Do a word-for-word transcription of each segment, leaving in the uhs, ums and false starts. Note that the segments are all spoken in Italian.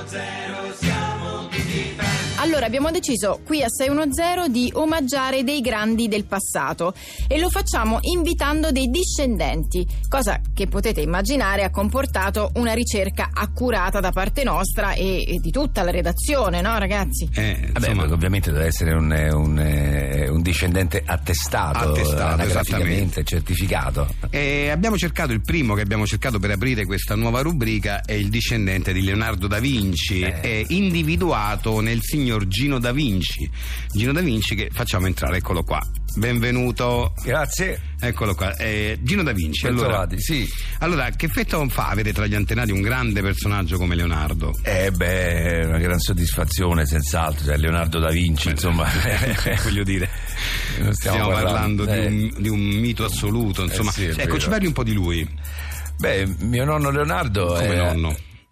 Allora abbiamo deciso qui a sei uno zero di omaggiare dei grandi del passato e lo facciamo invitando dei discendenti, cosa che potete immaginare ha comportato una ricerca accurata da parte nostra e, e di tutta la redazione, no ragazzi? Eh, Vabbè, insomma, ovviamente deve essere un, un, un discendente attestato, Attestato, anagraficamente certificato. E abbiamo cercato, il primo che abbiamo cercato per aprire questa nuova rubrica è il discendente di Leonardo da Vinci, eh. è individuato nel signor Gino da Vinci. Gino da Vinci che facciamo entrare, eccolo qua. Benvenuto. Grazie. Eccolo qua, eh, Gino da Vinci. Ben Allora, trovati, sì. allora, che effetto fa avere tra gli antenati un grande personaggio come Leonardo? Eh beh, una gran soddisfazione senz'altro, cioè Leonardo da Vinci, insomma. Voglio dire, Non stiamo, stiamo parlando, parlando di, un, di un mito assoluto, insomma. Eh sì, ecco, vero. ci parli un po' di lui. Beh, mio nonno Leonardo Come è... nonno?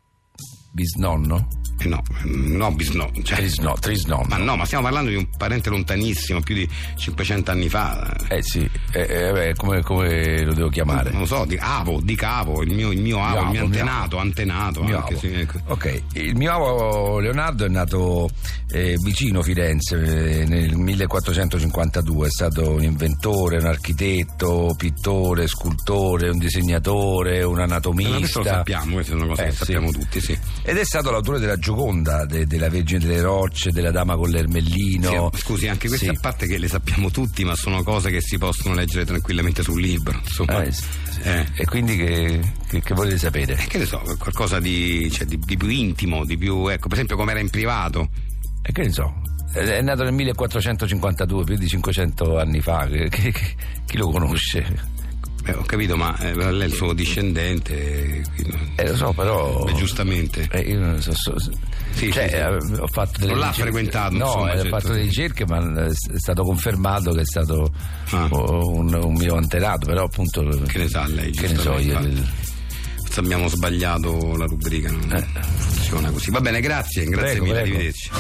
Bisnonno? Eh no, no, bisno, cioè, Trisno, trisnonno. ma no, ma stiamo parlando di un parente lontanissimo, più di cinquecento anni fa. Eh sì, eh, eh, beh, come, come lo devo chiamare? Non lo so, di Avo, di Cavo, il mio, il mio Avo, il mio Avo, antenato, mio antenato. Mio Anche, avo. sì, ecco. Ok, il mio avo Leonardo è nato eh, vicino Firenze eh, nel millequattrocentocinquantadue, è stato un inventore, un architetto, pittore, scultore, un disegnatore, un anatomista. Ma questo lo sappiamo, questa è una cosa Eh, che sì. sappiamo tutti, sì. Ed è stato l'autore della Gioconda, de, della Vergine delle Rocce, della Dama con l'Ermellino. Sì, scusi, anche queste Sì. a parte che le sappiamo tutti, ma sono cose che si possono leggere tranquillamente sul libro, insomma. Eh, sì, sì. Eh. E quindi che, che, che volete sapere? Eh, che ne so, qualcosa di, cioè, di, di più intimo, di più, ecco, per esempio come era in privato. E che ne so? È nato nel millequattrocentocinquantadue, più di cinquecento anni fa. Che, che, che, chi lo conosce? Eh, ho capito, ma eh, lei è il suo discendente. Quindi, Eh, lo so, però. beh, giustamente. Eh, io non so. so Sì, cioè, sì, sì. eh, ho fatto delle Non l'ha ricerche- frequentato, No, insomma, eh, ho certo. fatto delle ricerche, ma è stato confermato che è stato Ah. un, un mio antenato, però appunto. Che ne sa lei? Che ne so io. giustamente, del- Forse abbiamo sbagliato la rubrica, non Eh. funziona così. Va bene, grazie, grazie Prego, mille, prego. arrivederci.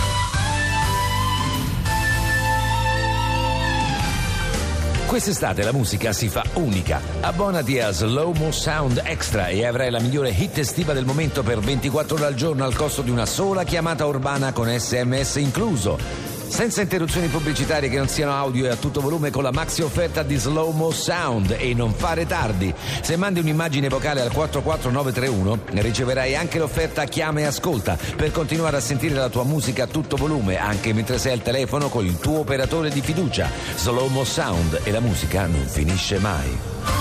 Quest'estate la musica si fa unica. Abbonati a Slow Mo Sound Extra e avrai la migliore hit estiva del momento per ventiquattro ore al giorno al costo di una sola chiamata urbana con S M S incluso. Senza interruzioni pubblicitarie che non siano audio e a tutto volume con la maxi offerta di Slow Mo Sound. E non fare tardi. Se mandi un'immagine vocale al quattro quattro nove tre uno riceverai anche l'offerta Chiama e Ascolta per continuare a sentire la tua musica a tutto volume anche mentre sei al telefono con il tuo operatore di fiducia. Slow Mo Sound, e la musica non finisce mai.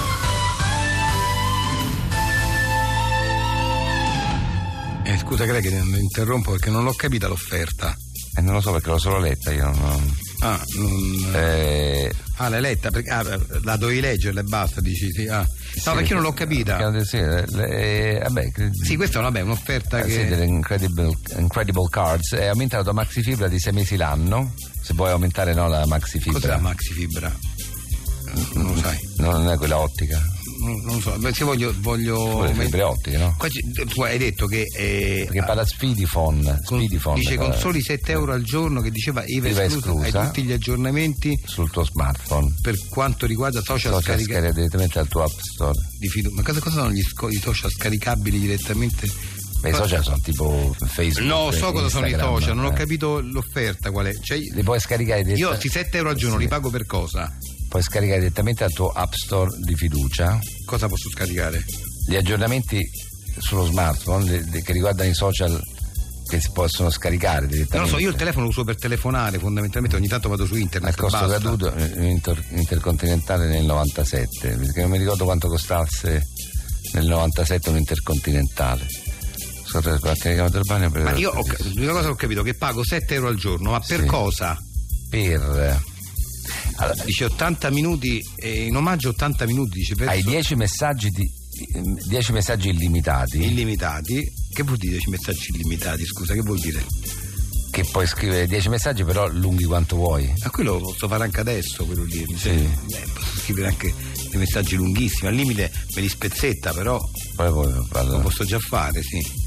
Eh, scusa Greg, ti interrompo perché non l'ho capita l'offerta. Eh, non lo so perché l'ho solo letta, io non... Ah, non... Eh... ah l'hai letta? Perché, ah, la dovevi leggerla e basta, dici sì. Ah. No, sì, perché io non l'ho capita. perché- sì, le- le- vabbè, che- Sì, questa vabbè, è un'offerta eh, che. sì, delle Incredible, Incredible Cards è aumentato la maxi fibra di sei mesi l'anno. Se vuoi aumentare, no, la maxi fibra. Cos'è la maxi fibra? Non lo sai. No, non è quella ottica. Non, non lo so. Beh, se voglio. voglio Quelle fibre ottiche, no? Qua ci- tu hai detto che. Eh, Perché parla Speediphone. con- Speediphone dice con eh, soli sette euro al giorno, che diceva I V A I V A esclusa, esclusa. hai tutti gli aggiornamenti sul tuo smartphone. per quanto riguarda social, Social scarica- scarica direttamente dal tuo App Store. di fidu- ma cosa, cosa sono gli sco- i social scaricabili direttamente? Beh, i social sono tipo Facebook. No, so cosa sono i Instagram, social, non ho eh. capito l'offerta qual è. Cioè, Li puoi scaricare io direttamente. questi sette euro al giorno Sì. li pago per cosa? Puoi scaricare direttamente dal tuo App Store di fiducia Cosa posso scaricare? gli aggiornamenti sullo smartphone de- de- che riguardano i social che si possono scaricare direttamente. Non lo so, io il telefono lo uso per telefonare, fondamentalmente ogni tanto vado su internet. Al costo basta. caduto eh, inter- intercontinentale nel novantasette, perché non mi ricordo quanto costasse nel novantasette un intercontinentale. Scusate, aspetta, che chiamato il bagno per- Ma io ho, l'unica cosa che ho capito è che pago sette euro al giorno, ma per Sì. cosa? per allora, Dice ottanta minuti, e in omaggio ottanta minuti, dice per hai dieci messaggi di dieci messaggi illimitati illimitati. Che vuol dire dieci messaggi illimitati? Scusa, che vuol dire? che puoi scrivere dieci messaggi però lunghi quanto vuoi. Ma quello lo posso fare anche adesso, quello lì. Sì. Beh, posso scrivere anche dei messaggi lunghissimi, al limite me li spezzetta, però Poi puoi farlo. lo posso già fare, sì.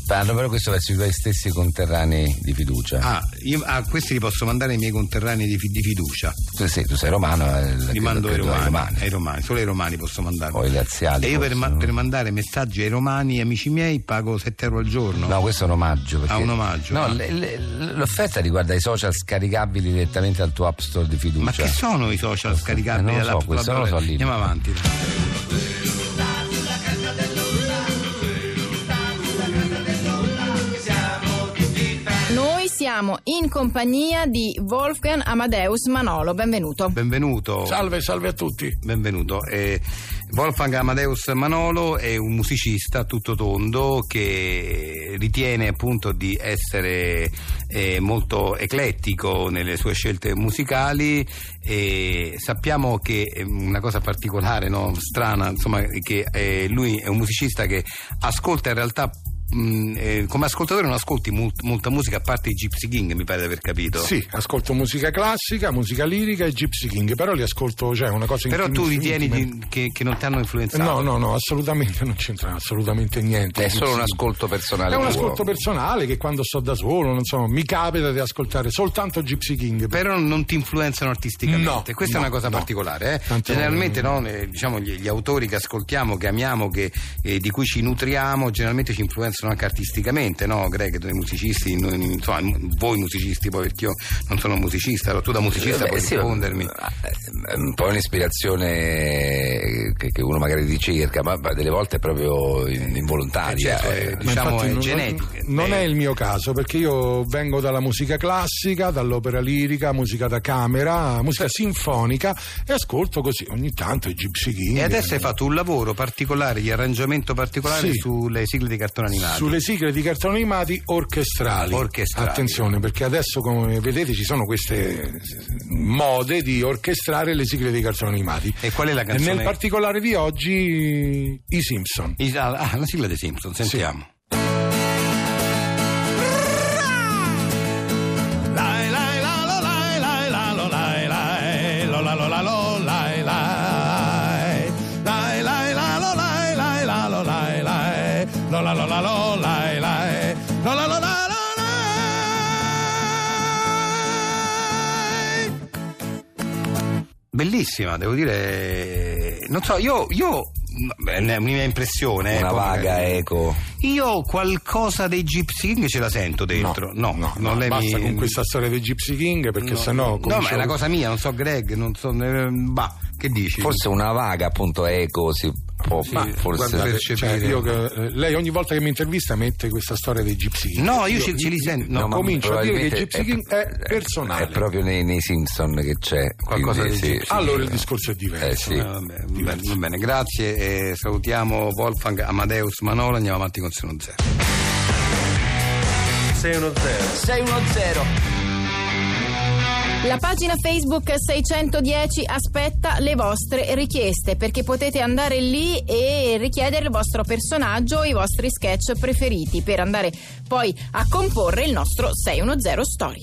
Fanno però questo verso i tuoi stessi conterranei di fiducia. Ah, io a ah, questi li posso mandare ai miei conterranei di, di fiducia. Tu, sì, tu sei romano. Eh, li mando ai romani, ai romani. ai romani, solo ai romani posso mandare. Poi laziali. E io per, ma, no? per mandare messaggi ai romani, amici miei, pago sette euro al giorno. No, questo è un omaggio. Perché... Ah, un omaggio. No, ah. le, le, l'offerta riguarda i social scaricabili direttamente al tuo app store di fiducia. Ma che sono i social questo, scaricabili? Eh, non lo so, questo non lo so lì. Andiamo avanti. Noi siamo in compagnia di Wolfgang Amadeus Manolo, benvenuto. Benvenuto. Salve, salve a tutti. Benvenuto. Eh, Wolfgang Amadeus Manolo è un musicista a tutto tondo che ritiene appunto di essere eh, molto eclettico nelle sue scelte musicali e sappiamo che una cosa particolare, no, strana, insomma, che eh, lui è un musicista che ascolta in realtà Mm, eh, come ascoltatore non ascolti molt, molta musica a parte i Gypsy King, mi pare di aver capito. Sì, ascolto musica classica, musica lirica e Gypsy King, però li ascolto, cioè una cosa però tu ritieni di, che, che non ti hanno influenzato? No, no, no, assolutamente non c'entra assolutamente niente. È solo un ascolto personale. È un tuo. ascolto personale che quando sto da solo, non so, mi capita di ascoltare soltanto Gypsy King. Però non ti influenzano artisticamente. No, questa no, è una cosa no. particolare. Eh? Tanto... Generalmente no, eh, diciamo gli, gli autori che ascoltiamo, che amiamo, che, eh, di cui ci nutriamo, generalmente ci influenzano anche artisticamente. No, Greg, tu i musicisti, noi, insomma, voi musicisti, poi perché io non sono musicista, tu da musicista Beh, puoi sì, rispondermi. Un po' un'ispirazione che, che uno magari ricerca, ma delle volte è proprio involontaria. Eh, certo, eh. eh, diciamo è non, genetica. Non eh. è il mio caso, perché io vengo dalla musica classica, dall'opera lirica, musica da camera, musica sinfonica e ascolto così ogni tanto i Gypsy King. E adesso hai fatto un lavoro particolare, di arrangiamento particolare Sì. sulle sigle di cartoni animati. Sulle sigle di cartoni animati orchestrali. Orchestrali. Attenzione, perché adesso, come vedete, ci sono queste mode di orchestrare le sigle dei cartoni animati. E qual è la canzone? E nel particolare di oggi i Simpson. I, ah, la sigla dei Simpson, sentiamo. Sì. Bellissima, devo dire. Non so, io, io è una mia impressione. Una eh, vaga magari. eco. Io qualcosa dei Gypsy King ce la sento dentro. No, no, no, non no lei basta mi... con questa storia dei Gypsy King, perché no, sennò. No, ma è una cosa mia, non so Greg, non so. Eh, bah, che dici? Forse una vaga appunto eco si può Sì, forse guardate, Cioè, io, eh, lei ogni volta che mi intervista mette questa storia dei Gypsy King. No, io, io ce, ce li sento. No, no, ma comincio a dire che probabilmente Gypsy King è personale. È proprio nei, nei Simpson che c'è Qualcosa quindi, di sì, Gypsy. Allora il discorso è diverso. Eh, sì. Eh, vabbè, va bene, va bene, grazie e salutiamo Wolfgang Amadeus Manolo, andiamo avanti con sei uno zero. sei uno zero. sei uno zero. La pagina Facebook seicentodieci aspetta le vostre richieste, perché potete andare lì e richiedere il vostro personaggio o i vostri sketch preferiti per andare poi a comporre il nostro sei uno zero Story.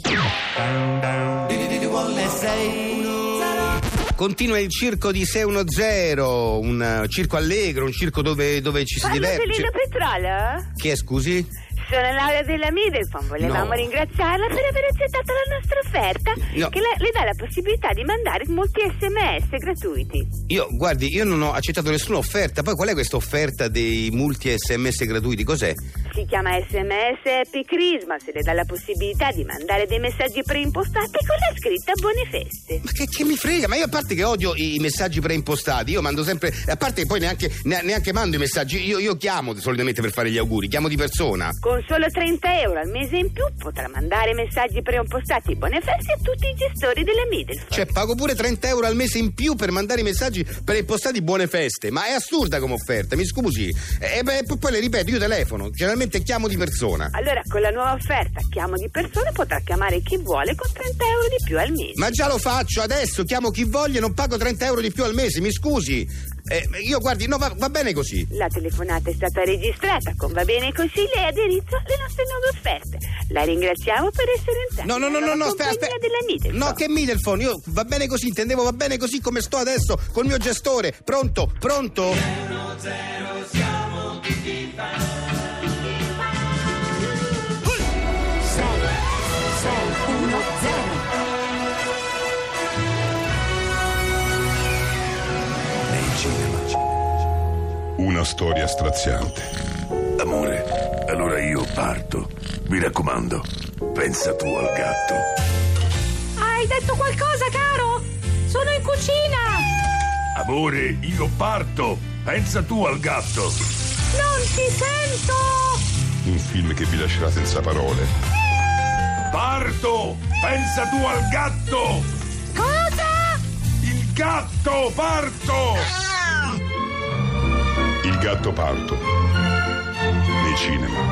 Continua il circo di sei uno zero, un circo allegro, un circo dove, dove ci si Parla diverte. Felina Petrola? Chi è, scusi? Sono Laura della Middleton, volevamo No. ringraziarla per aver accettato la nostra offerta, No. che le, le dà la possibilità di mandare molti sms gratuiti. Io, guardi, io non ho accettato nessuna offerta. Poi qual è questa offerta dei multi sms gratuiti? Cos'è? Si chiama sms Happy Christmas e le dà la possibilità di mandare dei messaggi preimpostati con la scritta buone feste. Ma che, che mi frega? Ma io a parte che odio i messaggi preimpostati, io mando sempre, a parte che poi neanche, neanche mando i messaggi, io, io chiamo solitamente per fare gli auguri, chiamo di persona. Con solo trenta euro al mese in più potrà mandare messaggi preimpostati buone feste a tutti i gestori della Middleton. Cioè pago pure trenta euro al mese in più per mandare i messaggi preimpostati buone feste, ma è assurda come offerta, mi scusi. E beh, poi le ripeto, io telefono, generalmente chiamo di persona. Allora, con la nuova offerta chiamo di persona potrà chiamare chi vuole con trenta euro di più al mese. Ma già lo faccio adesso, chiamo chi voglio e non pago trenta euro di più al mese, mi scusi. Eh, io guardi, no, va, va bene così. La telefonata è stata registrata con Va bene così, lei ha aderito alle nostre nuove offerte. La ringraziamo per essere entrata. No, no, no, no, no, aspetta, aspetta. Della Middleton. No, che Middleton? Io va bene così, intendevo va bene così come sto adesso col mio gestore. Pronto? Pronto? zero zero siamo tutti fan. una storia straziante. Amore, allora io parto. Mi raccomando, pensa tu al gatto. Hai detto qualcosa, caro? Sono in cucina. Amore, io parto. Pensa tu al gatto. Non ti sento. Un film che vi lascerà senza parole. Parto! Pensa tu al gatto! Cosa? Il gatto, parto! Il gatto parto. Nei cinema.